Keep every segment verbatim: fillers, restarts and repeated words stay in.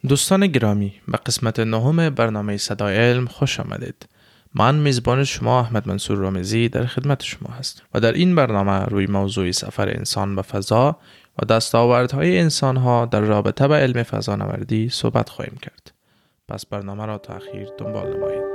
دوستان گرامی، به قسمت نهم برنامه صدای علم خوش آمدید. من میزبان شما احمد منصور رامزی در خدمت شما هستم و در این برنامه روی موضوع سفر انسان به فضا و دستاوردهای انسانها در رابطه با علم فضانوردی صحبت خواهیم کرد. پس برنامه را تا اخیر دنبال نمایید.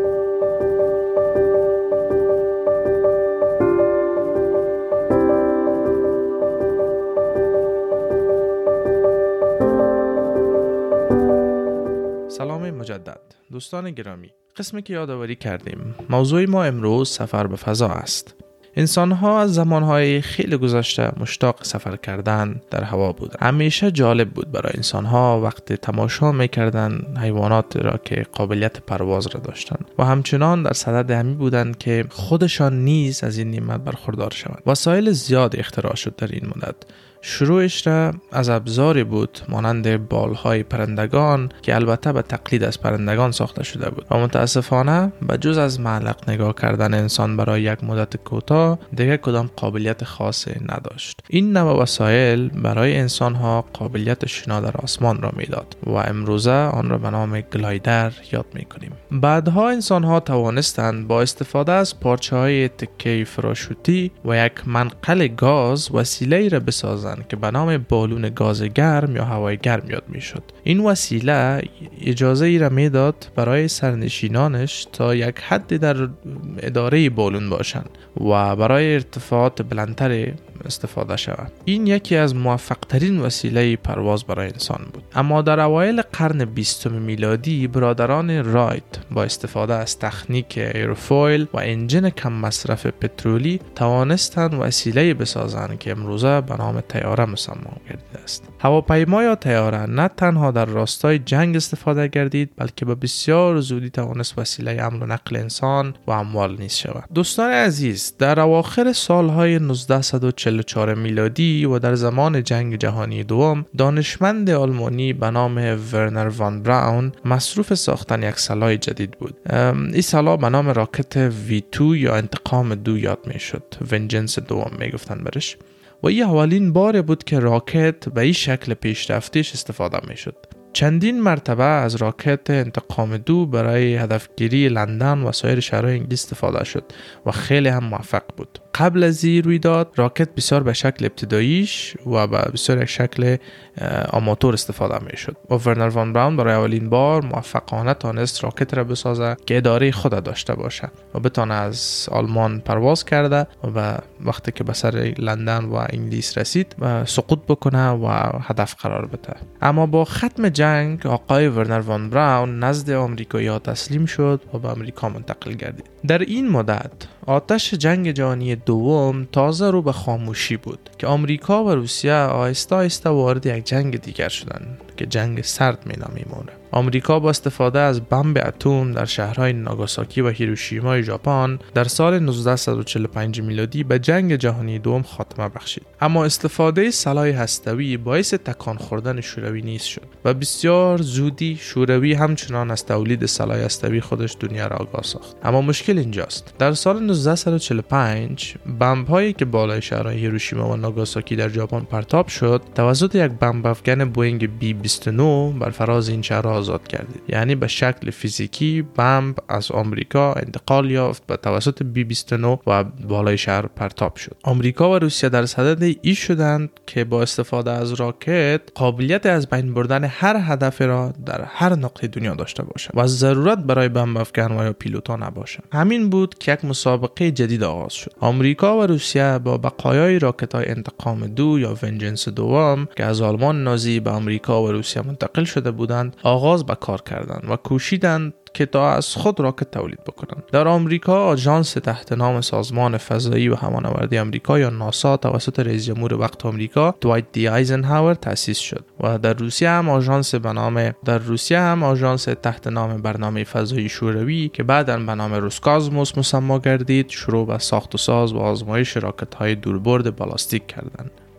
سلام مجدد دوستان گرامی، قسمی که یادآوری کردیم موضوع ما امروز سفر به فضا است. انسان‌ها از زمان‌های خیلی گذشته مشتاق سفر کردن در هوا بودند. همیشه جالب بود برای انسان‌ها وقتی تماشا می‌کردند حیوانات را که قابلیت پرواز را داشتند و همچنان در صدد همی بودند که خودشان نیز از این نعمت برخوردار شوند. وسایل زیاد اختراع شد در این مدت. شروعش را از ابزاری بود مانند بالهای پرندگان که البته به تقلید از پرندگان ساخته شده بود و متاسفانه به جز از معلق نگاه کردن انسان برای یک مدت کوتاه دیگر کدام قابلیت خاصی نداشت. این نوع وسایل برای انسان‌ها قابلیت شنا در آسمان را میداد و امروزه آن را به نام گلایدر یاد می‌کنیم. بعدها انسان‌ها توانستند با استفاده از پارچه‌های تکه فراشوتی و یک منقل گاز وسیله‌ای را بسازند که به نام بالون گاز گرم یا هوای گرم یاد میشد. این وسیله اجازه ای را میداد برای سرنشینانش تا یک حد در اداره بالون باشند و برای ارتفاعات بلندتر استفاده شود. این یکی از موفق ترین وسیله پرواز برای انسان بود. اما در اوایل قرن بیستم میلادی برادران رایت با استفاده از تکنیک ایروفویل و انجن کم مصرف پترولی توانستند وسیله بسازند که امروزه به نام طیاره مسمى گردیده است. هواپیما یا طیاره نه تنها در راستای جنگ استفاده گردید بلکه به بسیار زودی توانست وسیله حمل و نقل انسان و اموال نیز شود. دوستان عزیز، در اواخر سالهای نوزده چهل و چهار میلادی و در زمان جنگ جهانی دوم دانشمند آلمانی به نام ورنر وان براون مصروف ساختن یک سلاح جدید بود. این سلاح به نام راکت وی دو یا انتقام دو یاد می شد. ونجنس دوم می گفتن برش. و این اولین بار بود که راکت به این شکل پیشرفتیش استفاده می شد. چندین مرتبه از راکت انتقام دو برای هدفگیری لندن و سایر شهرهای انگلیس استفاده شد و خیلی هم موفق بود. قبل از این رویداد راکت بسیار به شکل ابتداییش و به بسیار یک شکل آماتور استفاده می شد و ورنر وان براون برای اولین بار موفقانه تانست راکت را بسازه که اداره خود داشته باشه و بتانه از آلمان پرواز کرده و وقتی که به سر لندن و انگلیس رسید و سقوط بکنه و هدف قرار بده. اما با ختم جنگ آقای ورنر وان براون نزد آمریکایی‌ها تسلیم شد و به آمریکا منتقل گردید. در این مدت آتش جنگ جهانی دوم تازه رو به خاموشی بود که آمریکا و روسیه آهسته آهسته وارد یک جنگ دیگر شدند که جنگ سرد می نامیمونه. آمریکا با استفاده از بمب اتم در شهرهای ناگاساکی و هیروشیما ژاپن در سال نوزده چهل و پنج میلادی به جنگ جهانی دوم خاتمه بخشید. اما استفاده سلاح هسته‌ای باعث تکان خوردن شوروی نیز شد و بسیار زودی شوروی همچنان از تولید سلاح هسته‌ای خودش دنیا را آگاه ساخت. اما مشکل اینجاست. در سال نوزده چهل و پنج بمب هایی که بالای شهرهای هیروشیما و ناگاساکی در ژاپن پرتاب شد توسط یک بمب افکن بوئینگ بی بیست و نه بر فراز این شهرها آزاد کردید. یعنی به شکل فیزیکی بمب از آمریکا انتقال یافت به توسط بی بیست و نه و بالای شهر پرتاب شد. آمریکا و روسیه در صدد ای شدند که با استفاده از راکت قابلیت از بین بردن هر هدف را در هر نقطه دنیا داشته باشند و ضرورت برای بمب افکن و یا پیلوتا نباشد. همین بود که یک مسابقه جدید آغاز شد. آمریکا و روسیه با بقایای راکت‌های انتقام دو یا ونجنس دوم که از آلمان نازی به آمریکا و روسیه منتقل شده بودند آغاز به کار کردند و کوشیدند که تا از خود راکت تولید بکنند. در آمریکا آژانس تحت نام سازمان فضایی و هوانوردی آمریکا یا ناسا توسط رئیس جمهور وقت آمریکا دوایت دی آیزنهاور تأسیس شد و در روسیه هم آژانس به نام در روسیه هم آژانس تحت نام برنامه فضایی شوروی که بعداً به نام روسکاسموس مسمى گردید شروع به ساخت و ساز و آزمایش راکت‌های دوربرد بالاستیک کردند.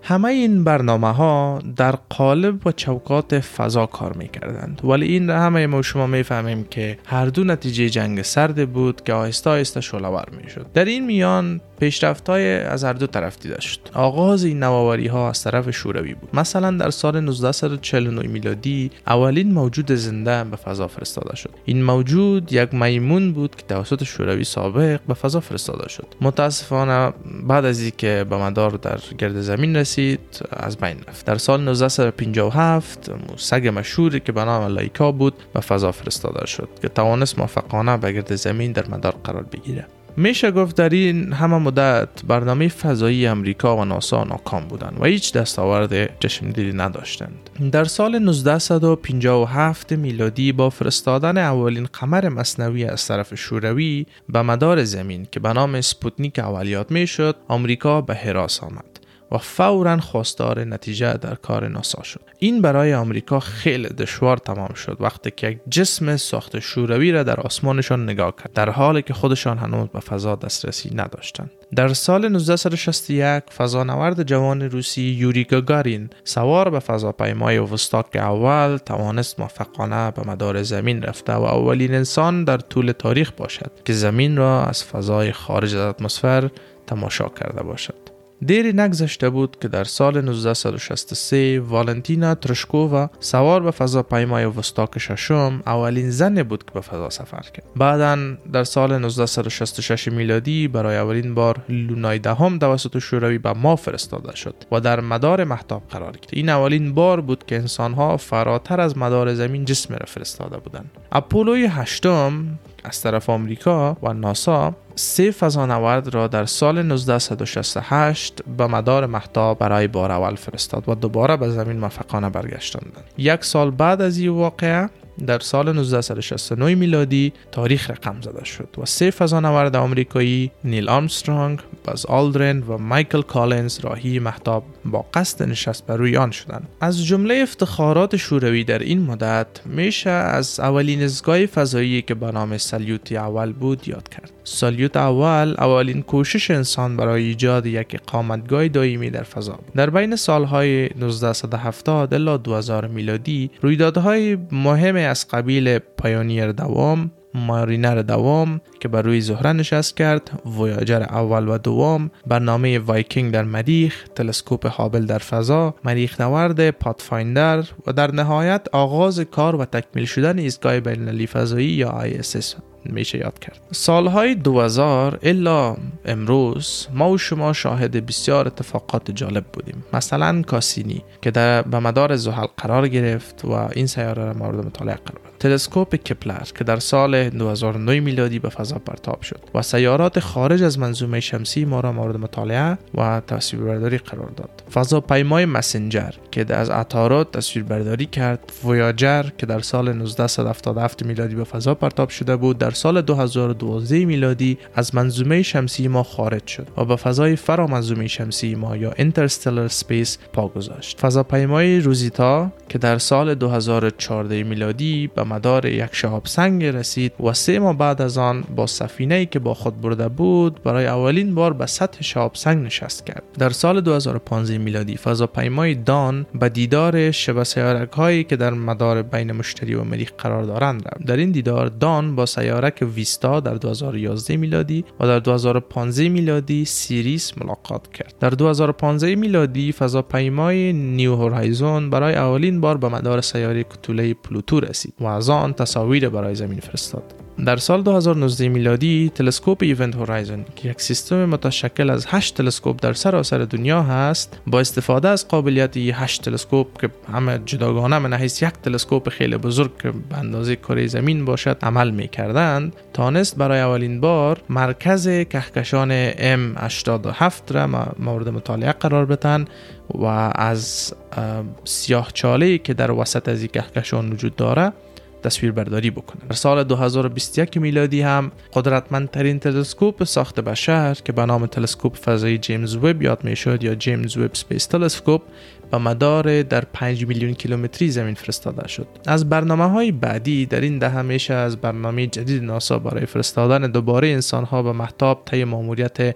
همه این برنامه ها در قالب و چوکات فضا کار می کردند، ولی این همه ما شما می فهمیم که هر دو نتیجه جنگ سرد بود که آهسته آهسته شعله‌ور می شد. در این میان پیشرفت‌های از هر دو طرف دیده شد. آغاز این نوآوری ها از طرف شوروی بود. مثلا در سال نوزده و چهل و نه میلادی اولین موجود زنده به فضا فرستاده شد. این موجود یک میمون بود که توسط شوروی سابق به فضا فرستاده شد. متاسفانه بعد از اینکه به مدار در گرد زمین رسید از بین رفت. در سال نوزده و پنجاه و هفت سگ مشهوری که به نام لایکا بود به فضا فرستاده شد که توانست موفقانه به گرد زمین در مدار قرار بگیره. میشه گفت در این همه مدت برنامه فضایی امریکا و ناسا ناکام بودند و هیچ دستاورد چشمگیری نداشتند. در سال نوزده و پنجاه و هفت میلادی با فرستادن اولین قمر مصنوعی از طرف شوروی به مدار زمین که به نام اسپوتنیک اولیات میشد، آمریکا به حراس آمد و فوراً خواستار نتیجه در کار ناسا شد. این برای آمریکا خیلی دشوار تمام شد وقتی که یک جسم ساخت شوروی را در آسمانشان نگاه کرد، در حالی که خودشان هنوز به فضا دسترسی نداشتند. در سال نوزده و شصت و یک فضانورد جوان روسی یوری گاگارین سوار به فضاپیمای وستاک اول توانست موفقانه به مدار زمین رفته و اولین انسان در طول تاریخ باشد که زمین را از فضای خارج از اتمسفر تماشا کرده باشد. دیری نگذشته بود که در سال نوزده و شصت و سه والنتینا ترشکووا سوار به فضاپیمای وستاک ششم اولین زن بود که به فضا سفر کرد. بعداً در سال نوزده و شصت و شش میلادی برای اولین بار لونای دهم توسط شوروی به ماه فرستاده شد و در مدار مهتاب قرار گرفت. این اولین بار بود که انسان‌ها فراتر از مدار زمین جسم را فرستاده بودند. اپولوی هشتم از طرف آمریکا و ناسا سه فضانورد را در سال نوزده و شصت و هشت به مدار مهتاب برای بار اول فرستاد و دوباره به زمین موفقانه برگشتند. یک سال بعد از این واقعه در سال نوزده و شصت و نه میلادی تاریخ رقم زده شد و سه فضانورد آمریکایی نیل آرمسترانگ، باز آلدرین و مایکل کالینز راهی مهتاب با قصد نشست بر روی آن شدند. از جمله افتخارات شوروی در این مدت میشه از اولین ایستگاه فضایی که به نام سالیوت اول بود یاد کرد. سالیوت اول اولین کوشش انسان برای ایجاد یک اقامتگاه دائمی در فضا بود. در بین سالهای نوزده و هفتاد الی دو هزار میلادی رویدادهای مهم از قبیل پایونیر دوم، مارینر دوم که بر روی زهره نشست کرد، ویاجر اول و دوم، برنامه وایکینگ در مریخ، تلسکوپ هابل در فضا، مریخ نورد پاتفایندر و در نهایت آغاز کار و تکمیل شدن ایستگاه بین‌المللی فضایی یا آی اس اس میشه یاد کرد. سالهای دو هزار الا امروز ما و شما شاهد بسیار اتفاقات جالب بودیم. مثلا کاسینی که در به مدار زحل قرار گرفت و این سیاره را مورد مطالعه قرار داد. تلسکوپ کپلر که در سال دو هزار و نه میلادی به فضا پرتاب شد و سیارات خارج از منظومه شمسی ما را مورد مطالعه و تصویربرداری قرار داد. فضاپیمای مسنجر که از عطارد تصویربرداری کرد. ویاجر که در سال نوزده و هفتاد و هفت میلادی به فضا پرتاب شده بود در سال دو هزار و دوازده میلادی از منظومه شمسی ما خارج شد و به فضای فرا منظومه شمسی ما یا اینترستلر سپیس پا گذاشت. فضاپیمای روزیتا که در سال دو هزار و چهارده میلادی به مدار یک شهاب سنگ رسید و سه ماه بعد از آن با سفینه‌ای که با خود برده بود برای اولین بار به سطح شهاب سنگ نشست کرد. در سال دو هزار و پانزده میلادی فضاپیمای دان به دیدار شبه سیاره‌هایی که در مدار بین مشتری و مریخ قرار دارند رفت. در این دیدار دان با سیاره که ویستا در دو هزار و یازده میلادی و در دو هزار و پانزده میلادی سیریس ملاقات کرد. در دو هزار و پانزده میلادی فضاپیمای نیو هورایزون برای اولین بار به مدار سیاره کتوله پلوتو رسید و از آن تصاویر برای زمین فرستاد. در سال دو هزار و نوزده میلادی تلسکوپ ایونت هورایزون که یک سیستم متشکل از هشت تلسکوپ در سراسر دنیا هست، با استفاده از قابلیت هشت تلسکوپ که همه جداگانه من حیث یک تلسکوپ خیلی بزرگ که به اندازه کره زمین باشد عمل می‌کردند، تانست برای اولین بار مرکز کهکشان ام هشتاد و هفت را مورد مطالعه قرار بدن و از سیاهچاله‌ای که در وسط از این کهکشان وجود داره تصویر برداری بکنه. در سال دو هزار و بیست و یک میلادی هم قدرتمندترین تلسکوپ ساخت بشر که به نام تلسکوپ فضایی جیمز وب یاد میشد یا جیمز وب اسپیس تلسکوپ به مدار در پنج میلیون کیلومتری زمین فرستاده شد. از برنامه‌های بعدی در این دهه میشه از برنامه جدید ناسا برای فرستادن دوباره انسان‌ها به مهتاب طی ماموریت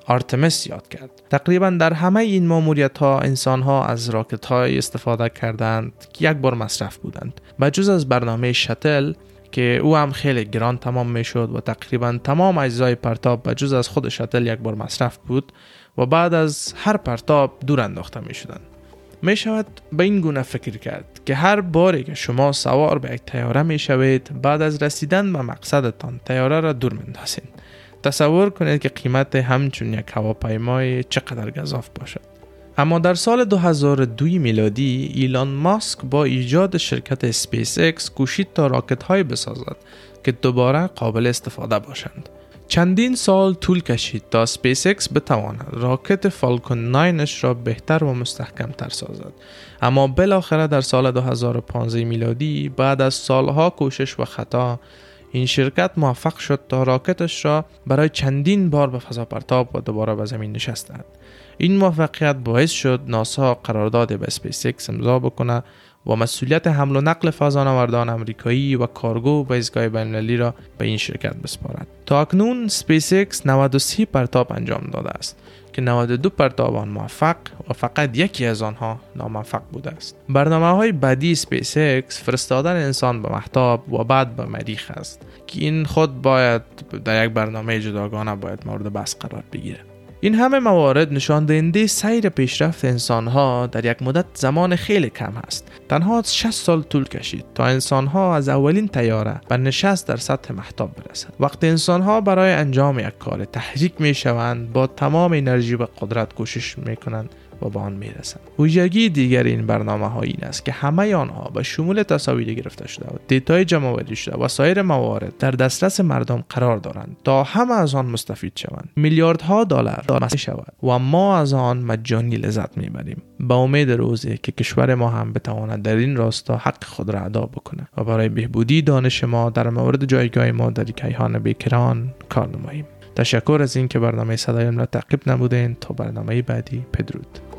آرتمس یاد کرد. تقریبا در همه این ماموریت‌ها انسان‌ها از راکت‌های استفاده کردند که یک بار مصرف بودند. بجز از برنامه شاتل که او هم خیلی گران تمام میشد و تقریبا تمام اجزای پرتاب بجز از خود شاتل یک بار مصرف بود و بعد از هر پرتاب دور انداخته می شدند. می شود به این گونه فکر کرد که هر باری که شما سوار به یک طیاره می شوید، بعد از رسیدن به مقصدتان طیاره را دور میندازید. تصور کنید که قیمت همچون یک هواپیمای چقدر گزاف باشد. اما در سال دو هزار و دو میلادی ایلان ماسک با ایجاد شرکت اسپیس اکس کوشید تا راکت های بسازد که دوباره قابل استفاده باشند. چندین سال طول کشید تا اسپیس اکس بتواند راکت فالکون ناینش را بهتر و مستحکم تر سازد. اما بالاخره در سال دو هزار و پانزده میلادی بعد از سالها کوشش و خطا این شرکت موفق شد تا راکتش را برای چندین بار به فضا پرتاب و دوباره به زمین نشاند. این موفقیت باعث شد ناسا قرارداد به اسپیس اکس امضا بکنه و مسئولیت حمل و نقل فضانوردان آمریکایی و کارگو به ایستگاه بین‌المللی را به این شرکت بسپارد. تا اکنون اسپیس اکس نود و سه پرتاب انجام داده است که نود و دو پرتاب آن موفق و فقط یکی از آنها ناموفق بوده است. برنامه‌های بعدی اسپیس اکس فرستادن انسان به مهتاب و بعد به مریخ است که این خود باید در یک برنامه جداگانه باید مورد بحث قرار بگیره. این همه موارد نشان دهنده سیر پیشرفت انسان‌ها در یک مدت زمان خیلی کم است. تنها شصت سال طول کشید تا انسان‌ها از اولین طیاره به نشست در سطح مهتاب برسند. وقتی انسان‌ها برای انجام یک کار تحریک می‌شوند، با تمام انرژی و قدرت کوشش می‌کنند و به آن میرسند. ویژگی دیگر این برنامه‌ها این است که همه آنها به شمول تصاویر گرفته شده و دیتای جمع‌آوری شده و سایر موارد در دسترس مردم قرار دارند تا همه از آن مستفید شوند. میلیاردها دلار مصرف شود و ما از آن مجانی لذت میبریم. با امید روزی که کشور ما هم بتواند در این راستا حق خود را ادا بکنه و برای بهبودی دانش ما در مورد جایگاه ما در کیهان بیکران کار نماییم. تشکر از این که برنامه صدای علم را تعقیب نمودین. تا برنامه بعدی، بدرود.